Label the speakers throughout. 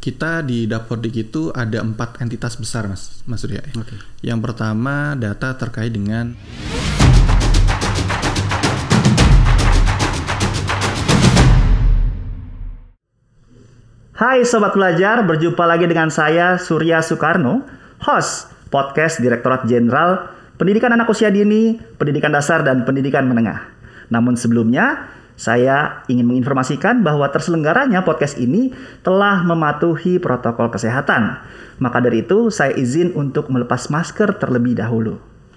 Speaker 1: Kita di Dapodik itu ada 4 entitas besar, Mas Surya.
Speaker 2: Okay.
Speaker 1: Yang pertama data terkait dengan
Speaker 2: Hai Sobat Belajar, berjumpa lagi dengan saya Surya Soekarno, host podcast Direktorat Jenderal Pendidikan Anak Usia Dini, Pendidikan Dasar dan Pendidikan Menengah. Namun sebelumnya, saya ingin menginformasikan bahwa terselenggaranya podcast ini telah mematuhi protokol kesehatan. Maka dari itu, saya izin untuk melepas masker terlebih dahulu.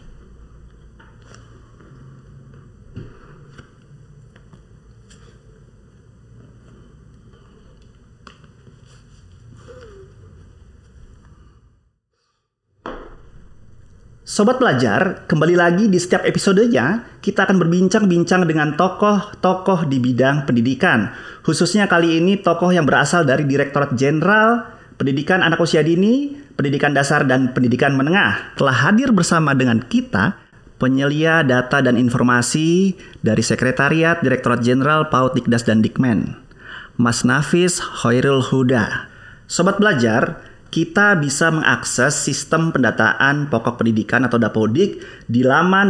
Speaker 2: Sobat Belajar, kembali lagi di setiap episodenya, kita akan berbincang-bincang dengan tokoh-tokoh di bidang pendidikan. Khususnya kali ini tokoh yang berasal dari Direktorat Jenderal Pendidikan Anak Usia Dini, Pendidikan Dasar dan Pendidikan Menengah. Telah hadir bersama dengan kita penyelia data dan informasi dari Sekretariat Direktorat Jenderal PAUD Dikdas dan Dikmen, Mas Nafis Hoirul Huda. Sobat Belajar, kita bisa mengakses sistem pendataan pokok pendidikan atau Dapodik di laman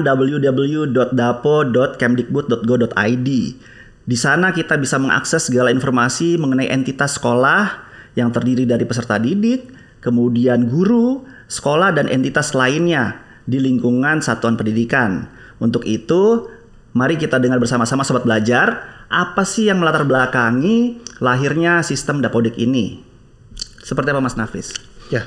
Speaker 2: www.dapo.kemdikbud.go.id. Di sana kita bisa mengakses segala informasi mengenai entitas sekolah yang terdiri dari peserta didik, kemudian guru, sekolah dan entitas lainnya di lingkungan satuan pendidikan. Untuk itu, mari kita dengar bersama-sama Sobat Belajar, apa sih yang melatar belakangi lahirnya sistem Dapodik ini? Seperti apa Mas Nafis?
Speaker 1: Ya,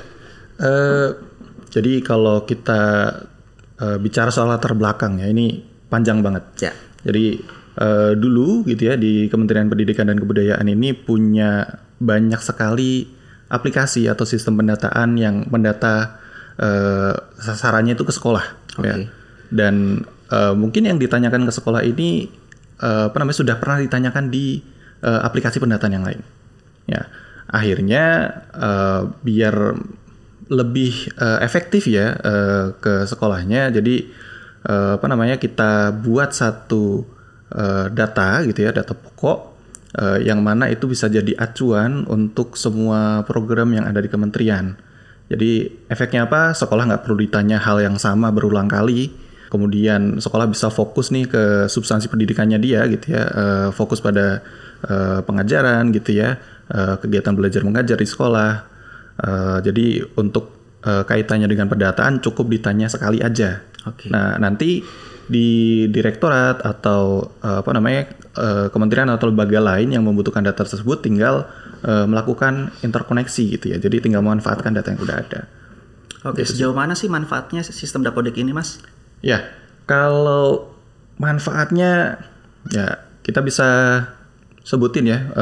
Speaker 1: jadi kalau kita bicara soal latar belakang ya, ini panjang banget.
Speaker 2: Ya.
Speaker 1: Jadi dulu gitu ya di Kementerian Pendidikan dan Kebudayaan ini punya banyak sekali aplikasi atau sistem pendataan yang mendata sasarannya itu ke sekolah.
Speaker 2: Okay.
Speaker 1: Ya. Dan mungkin yang ditanyakan ke sekolah ini sudah pernah ditanyakan di aplikasi pendataan yang lain. Ya. Akhirnya biar lebih efektif ya ke sekolahnya, jadi kita buat satu data gitu ya, data pokok yang mana itu bisa jadi acuan untuk semua program yang ada di kementerian. Jadi efeknya apa? Sekolah nggak perlu ditanya hal yang sama berulang kali. Kemudian sekolah bisa fokus nih ke substansi pendidikannya dia gitu ya, fokus pada pengajaran gitu ya. Kegiatan belajar mengajar di sekolah. Jadi untuk kaitannya dengan pendataan cukup ditanya sekali aja.
Speaker 2: Okay.
Speaker 1: Nah, nanti di direktorat atau kementerian atau lembaga lain yang membutuhkan data tersebut tinggal melakukan interkoneksi gitu ya. Jadi tinggal memanfaatkan data yang sudah ada.
Speaker 2: Oke, sejauh mana sih manfaatnya sistem Dapodik ini, Mas?
Speaker 1: Ya, kalau manfaatnya ya kita bisa sebutin ya,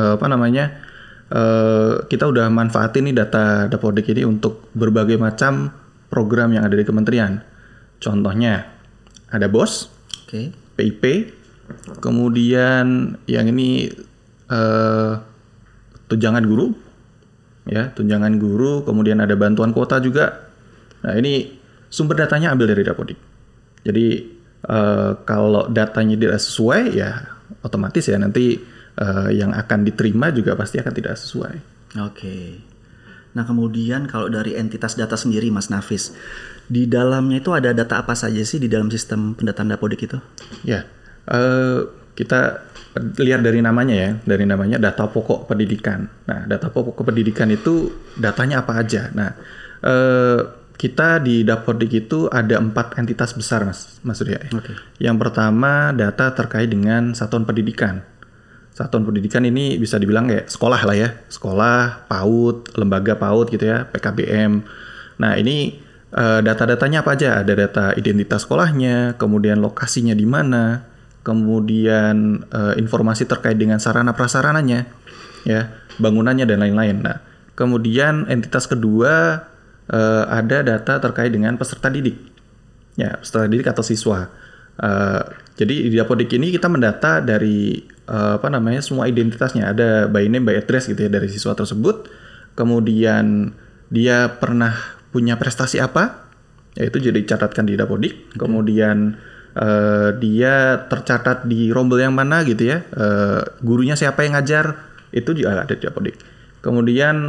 Speaker 1: kita udah manfaatin nih data Dapodik ini untuk berbagai macam program yang ada di kementerian. Contohnya ada BOS,
Speaker 2: okay.
Speaker 1: PIP, kemudian yang ini tunjangan guru, ya tunjangan guru, kemudian ada bantuan kuota juga. Nah ini sumber datanya ambil dari Dapodik. Jadi kalau datanya tidak sesuai ya otomatis ya nanti yang akan diterima juga pasti akan tidak sesuai.
Speaker 2: Oke. Nah kemudian kalau dari entitas data sendiri Mas Nafis, di dalamnya itu ada data apa saja sih di dalam sistem pendataan Dapodik itu?
Speaker 1: Ya, kita lihat dari namanya ya, dari namanya data pokok pendidikan. Nah data pokok pendidikan itu datanya apa aja? Nah kita di Dapodik itu ada 4 entitas besar Mas Surya.
Speaker 2: Okay.
Speaker 1: Yang pertama data terkait dengan satuan pendidikan. Satuan pendidikan ini bisa dibilang kayak sekolah lah ya, sekolah, PAUD, lembaga PAUD gitu ya, PKBM. Nah ini data-datanya apa aja? Ada data identitas sekolahnya, kemudian lokasinya di mana, kemudian informasi terkait dengan sarana prasarananya, ya, bangunannya dan lain-lain. Nah kemudian entitas kedua ada data terkait dengan peserta didik, ya peserta didik atau siswa. Jadi di Dapodik ini kita mendata dari semua identitasnya, ada by name by address gitu ya dari siswa tersebut. Kemudian dia pernah punya prestasi apa, yaitu jadi dicatatkan di Dapodik. Kemudian dia tercatat di rombel yang mana gitu ya, gurunya siapa yang ngajar, itu juga ada di Dapodik. Kemudian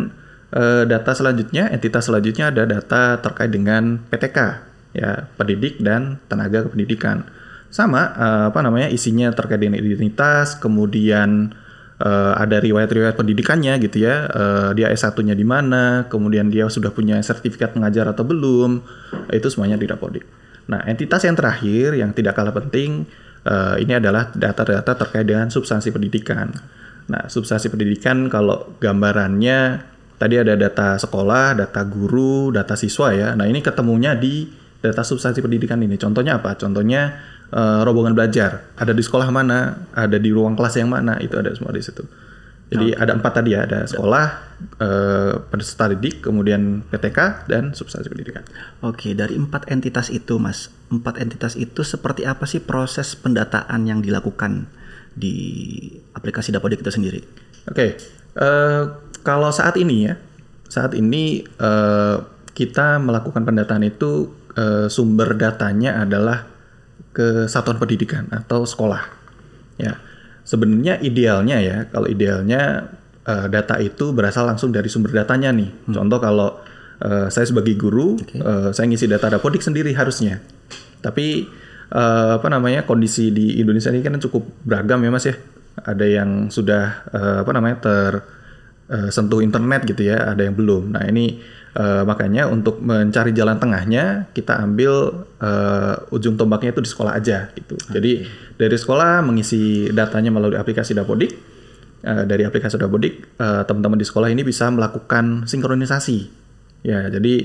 Speaker 1: data selanjutnya, entitas selanjutnya ada data terkait dengan PTK, ya, pendidik dan tenaga kependidikan. Sama, isinya terkait dengan identitas, kemudian ada riwayat-riwayat pendidikannya gitu ya, dia S1-nya di mana, kemudian dia sudah punya sertifikat pengajar atau belum, itu semuanya di Dapodik. Nah, entitas yang terakhir yang tidak kalah penting, ini adalah data-data terkait dengan substansi pendidikan. Nah, substansi pendidikan kalau gambarannya tadi ada data sekolah, data guru, data siswa ya. Nah, ini ketemunya di data substansi pendidikan ini. Contohnya apa? Contohnya rombongan belajar. Ada di sekolah mana, ada di ruang kelas yang mana, itu ada semua di situ. Jadi ada 4 tadi ya, ada sekolah, peserta didik, kemudian PTK, dan substansi pendidikan.
Speaker 2: Oke, dari 4 entitas itu Mas, 4 entitas itu seperti apa sih proses pendataan yang dilakukan di aplikasi Dapodik itu sendiri?
Speaker 1: Oke, kalau saat ini kita melakukan pendataan itu sumber datanya adalah ke satuan pendidikan atau sekolah. Ya, sebenarnya idealnya ya, kalau idealnya data itu berasal langsung dari sumber datanya nih. Contoh kalau saya sebagai guru, saya ngisi data Dapodik sendiri harusnya. Tapi kondisi di Indonesia ini kan cukup beragam ya Mas ya. Ada yang sudah sentuh internet gitu ya, ada yang belum. Nah ini makanya untuk mencari jalan tengahnya kita ambil ujung tombaknya itu di sekolah aja gitu. Jadi dari sekolah mengisi datanya melalui aplikasi Dapodik. Dari aplikasi Dapodik teman-teman di sekolah ini bisa melakukan sinkronisasi. Ya jadi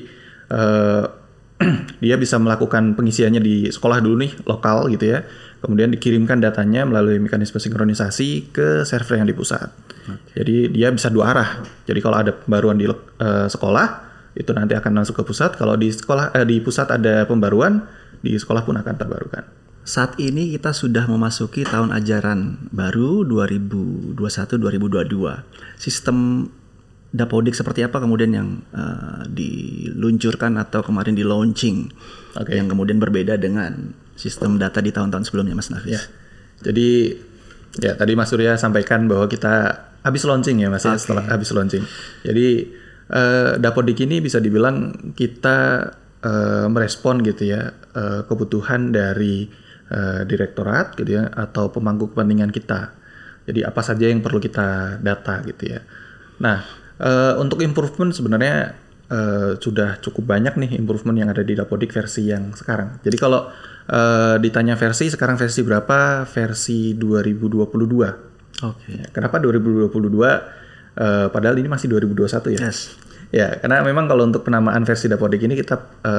Speaker 1: dia bisa melakukan pengisiannya di sekolah dulu nih lokal gitu ya. Kemudian dikirimkan datanya melalui mekanisme sinkronisasi ke server yang di pusat. Jadi dia bisa 2 arah. Jadi kalau ada pembaruan di sekolah itu nanti akan masuk ke pusat. Kalau di sekolah di pusat ada pembaruan, di sekolah pun akan terbarukan.
Speaker 2: Saat ini kita sudah memasuki tahun ajaran baru 2021-2022. Sistem Dapodik seperti apa kemudian yang diluncurkan atau kemarin di launching, yang kemudian berbeda dengan sistem data di tahun-tahun sebelumnya, Mas Nafis?
Speaker 1: Ya. Jadi ya tadi Mas Surya sampaikan bahwa kita habis launching ya Mas, setelah habis launching. Jadi Dapodik ini bisa dibilang kita merespon gitu ya kebutuhan dari direktorat gitu ya atau pemangku kepentingan kita. Jadi apa saja yang perlu kita data gitu ya. Nah, untuk improvement sebenarnya sudah cukup banyak nih improvement yang ada di Dapodik versi yang sekarang. Jadi kalau ditanya versi, sekarang versi berapa? Versi 2022.
Speaker 2: Oke.
Speaker 1: Kenapa 2022? Padahal ini masih 2021 ya.
Speaker 2: Yes.
Speaker 1: Ya, karena memang kalau untuk penamaan versi Dapodik ini kita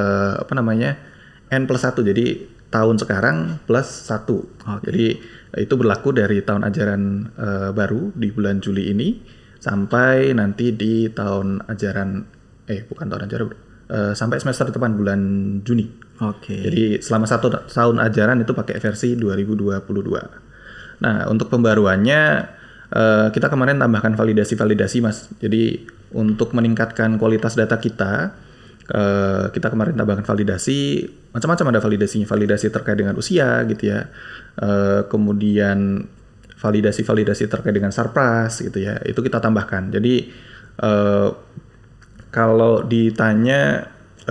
Speaker 1: N+1. Jadi tahun sekarang plus 1. Jadi itu berlaku dari tahun ajaran baru di bulan Juli ini sampai nanti di tahun ajaran sampai semester depan bulan Juni. Jadi selama 1 tahun ajaran itu pakai versi 2022. Nah, untuk pembaruannya kita kemarin tambahkan validasi Mas. Jadi untuk meningkatkan kualitas data kita kemarin tambahkan validasi, macam-macam ada validasinya, validasi terkait dengan usia gitu ya. Kemudian validasi terkait dengan sarpras gitu ya, itu kita tambahkan. Jadi kalau ditanya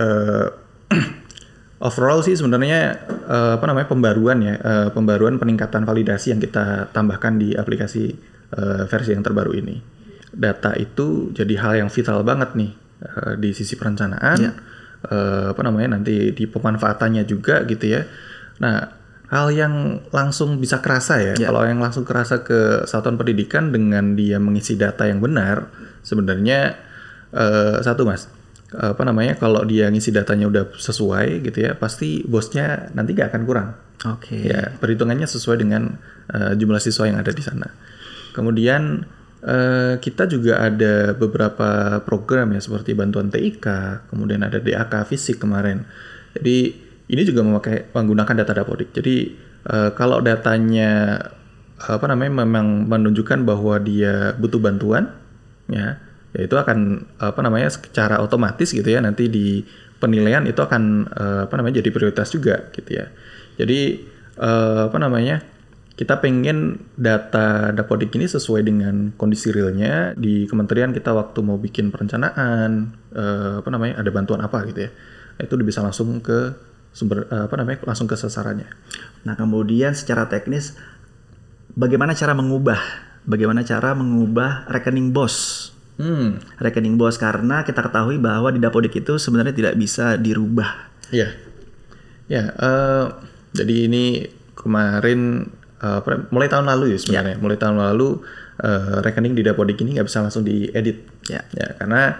Speaker 1: overall sih sebenarnya pembaruan ya, pembaruan peningkatan validasi yang kita tambahkan di aplikasi versi yang terbaru ini. Data itu jadi hal yang vital banget nih di sisi perencanaan, nanti di pemanfaatannya juga gitu ya. Nah, hal yang langsung bisa kerasa ya. Kalau yang langsung kerasa ke satuan pendidikan dengan dia mengisi data yang benar, sebenarnya satu Mas, kalau dia ngisi datanya udah sesuai gitu ya, pasti bosnya nanti gak akan kurang. Ya, perhitungannya sesuai dengan jumlah siswa yang ada di sana. Kemudian kita juga ada beberapa program ya seperti bantuan TIK, kemudian ada DAK fisik kemarin. Jadi ini juga menggunakan data Dapodik. Jadi kalau datanya memang menunjukkan bahwa dia butuh bantuan, ya itu akan secara otomatis gitu ya nanti di penilaian itu akan jadi prioritas juga gitu ya. Jadi kita pengen data Dapodik ini sesuai dengan kondisi realnya di kementerian kita waktu mau bikin perencanaan, ada bantuan apa gitu ya. Itu bisa langsung ke langsung ke sasarannya.
Speaker 2: Nah, kemudian secara teknis bagaimana cara mengubah rekening BOS? Rekening BOS, karena kita ketahui bahwa di Dapodik itu sebenarnya tidak bisa dirubah.
Speaker 1: Iya. Ya, jadi ini kemarin mulai tahun lalu ya sebenarnya. Mulai tahun lalu rekening di Dapodik ini nggak bisa langsung diedit. Ya, karena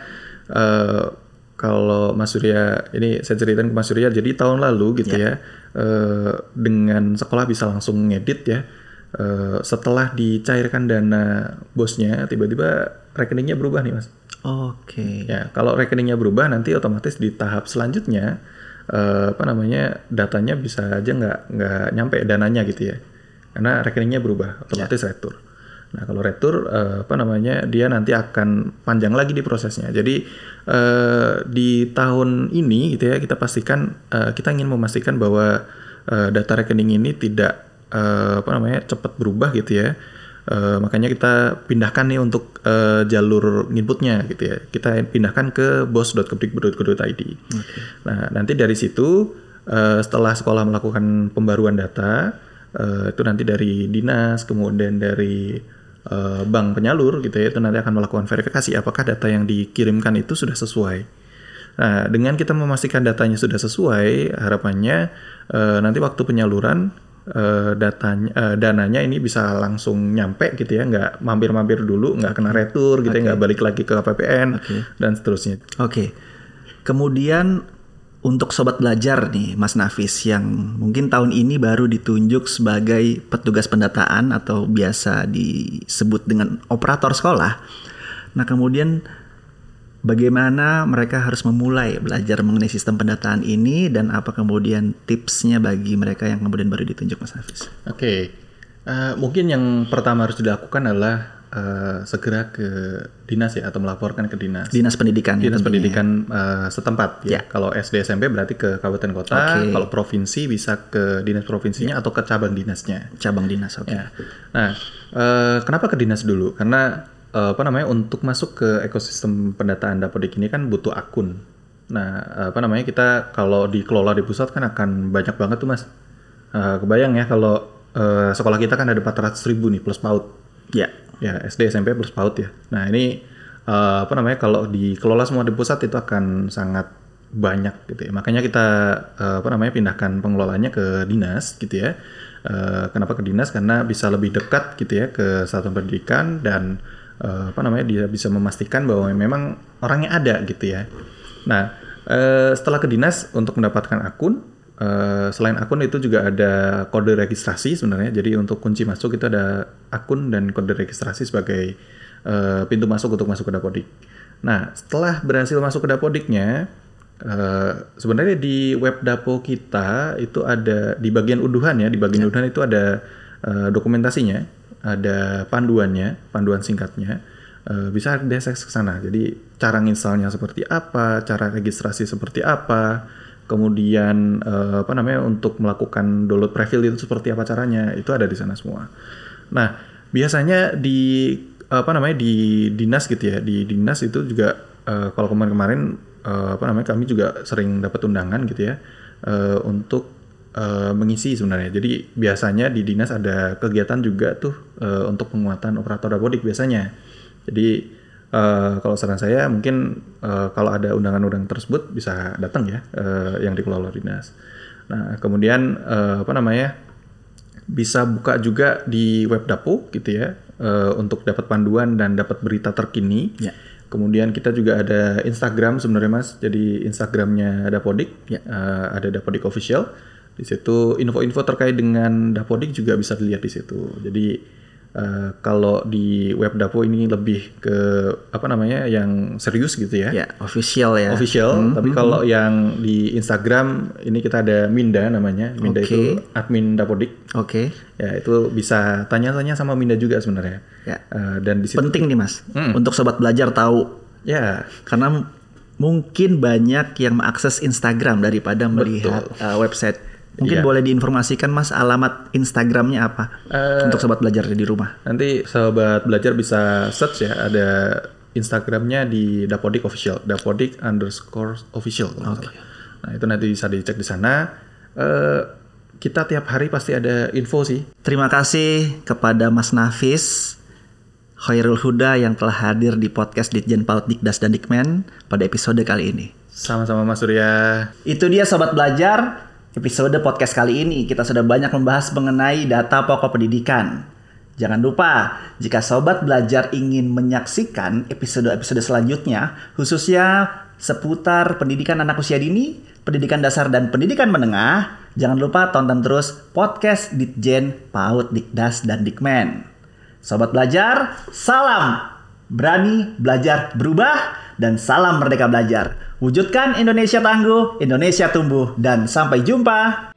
Speaker 1: kalau Mas Surya, ini saya ceritain ke Mas Surya, jadi tahun lalu gitu ya, dengan sekolah bisa langsung ngedit ya. Setelah dicairkan dana bosnya, tiba-tiba rekeningnya berubah nih Mas.
Speaker 2: Oke.
Speaker 1: Ya, kalau rekeningnya berubah nanti otomatis di tahap selanjutnya datanya bisa aja nggak nyampe dananya gitu ya. Karena rekeningnya berubah, otomatis retur. Nah, kalau retur dia nanti akan panjang lagi di prosesnya. Jadi di tahun ini gitu ya, kita ingin memastikan bahwa data rekening ini tidak cepat berubah gitu ya. Makanya kita pindahkan nih untuk jalur inputnya gitu ya. Kita pindahkan ke bos.kepdikbud.go.id. Okay. Nah, nanti dari situ setelah sekolah melakukan pembaruan data, itu nanti dari dinas, kemudian dari bank penyalur gitu ya, itu nanti akan melakukan verifikasi apakah data yang dikirimkan itu sudah sesuai. Nah, dengan kita memastikan datanya sudah sesuai, harapannya nanti waktu penyaluran dananya ini bisa langsung nyampe gitu ya, nggak mampir-mampir dulu, nggak kena retur gitu ya, nggak balik lagi ke KPPN dan seterusnya.
Speaker 2: Oke. Kemudian untuk sobat belajar nih Mas Nafis yang mungkin tahun ini baru ditunjuk sebagai petugas pendataan atau biasa disebut dengan operator sekolah. Nah, kemudian bagaimana mereka harus memulai belajar mengenai sistem pendataan ini dan apa kemudian tipsnya bagi mereka yang kemudian baru ditunjuk Mas Nafis?
Speaker 1: Oke. Mungkin yang pertama harus dilakukan adalah segera ke dinas ya, atau melaporkan ke dinas pendidikan setempat ya. Kalau SD SMP berarti ke kabupaten kota. Kalau provinsi bisa ke dinas provinsinya atau ke cabang dinasnya. Ya. Nah, kenapa ke dinas dulu? Karena untuk masuk ke ekosistem pendataan Dapodik ini kan butuh akun. Nah, kita kalau dikelola di pusat kan akan banyak banget tuh Mas. Kebayang ya kalau sekolah kita kan ada 400.000 nih plus PAUD. Ya, SD, SMP plus PAUD ya. Nah, ini kalau dikelola semua di pusat itu akan sangat banyak gitu ya. Makanya kita pindahkan pengelolaannya ke dinas gitu ya. Kenapa ke dinas? Karena bisa lebih dekat gitu ya ke satuan pendidikan dan dia bisa memastikan bahwa memang orangnya ada gitu ya. Nah, setelah ke dinas untuk mendapatkan akun, selain akun itu juga ada kode registrasi sebenarnya. Jadi untuk kunci masuk itu ada akun dan kode registrasi sebagai pintu masuk untuk masuk ke Dapodik. Nah, setelah berhasil masuk ke Dapodiknya, sebenarnya di web Dapo kita itu ada di bagian unduhan ya. Di bagian unduhan itu ada dokumentasinya, ada panduan singkatnya. Bisa diakses ke sana. Jadi cara nginstalnya seperti apa, cara registrasi seperti apa, kemudian untuk melakukan download profil itu seperti apa caranya, itu ada di sana semua. Nah, biasanya di dinas gitu ya, di dinas itu juga kalau kemarin kami juga sering dapat undangan gitu ya untuk mengisi sebenarnya. Jadi biasanya di dinas ada kegiatan juga tuh untuk penguatan operator Dapodik biasanya. Jadi kalau saran saya mungkin kalau ada undangan-undangan tersebut bisa datang ya yang dikelola dinas. Nah, kemudian bisa buka juga di web Dapo gitu ya untuk dapat panduan dan dapat berita terkini. Ya. Kemudian kita juga ada Instagram sebenarnya Mas. Jadi Instagramnya Dapodik, ada Dapodik Official. Di situ info-info terkait dengan Dapodik juga bisa dilihat di situ. Jadi kalau di web Dapo ini lebih ke yang serius gitu ya.
Speaker 2: Ya, official ya.
Speaker 1: Tapi kalau yang di Instagram ini kita ada Minda namanya. Minda itu admin Dapodik. Ya, itu bisa tanya-tanya sama Minda juga sebenarnya.
Speaker 2: Ya.
Speaker 1: Dan di situ
Speaker 2: penting nih Mas untuk sobat belajar tahu.
Speaker 1: Ya.
Speaker 2: Karena mungkin banyak yang mengakses Instagram daripada melihat website Mungkin
Speaker 1: Iya.
Speaker 2: boleh diinformasikan Mas alamat Instagramnya apa untuk sobat belajar di rumah.
Speaker 1: Nanti sobat belajar bisa search ya, ada Instagramnya di Dapodik Official, Dapodik_official. Kalau nggak salah. Nah itu nanti bisa dicek di sana. Kita tiap hari pasti ada info sih.
Speaker 2: Terima kasih kepada Mas Nafis Khairul Huda yang telah hadir di podcast Ditjen PAUD Dikdas dan Dikmen pada episode kali ini.
Speaker 1: Sama-sama Mas Surya.
Speaker 2: Itu dia sobat belajar, episode podcast kali ini kita sudah banyak membahas mengenai data pokok pendidikan. Jangan lupa, jika sobat belajar ingin menyaksikan episode-episode selanjutnya, khususnya seputar pendidikan anak usia dini, pendidikan dasar dan pendidikan menengah, jangan lupa tonton terus podcast Ditjen PAUD Dikdas dan Dikmen. Sobat belajar, salam berani belajar berubah dan salam merdeka belajar. Wujudkan Indonesia tangguh, Indonesia tumbuh, dan sampai jumpa.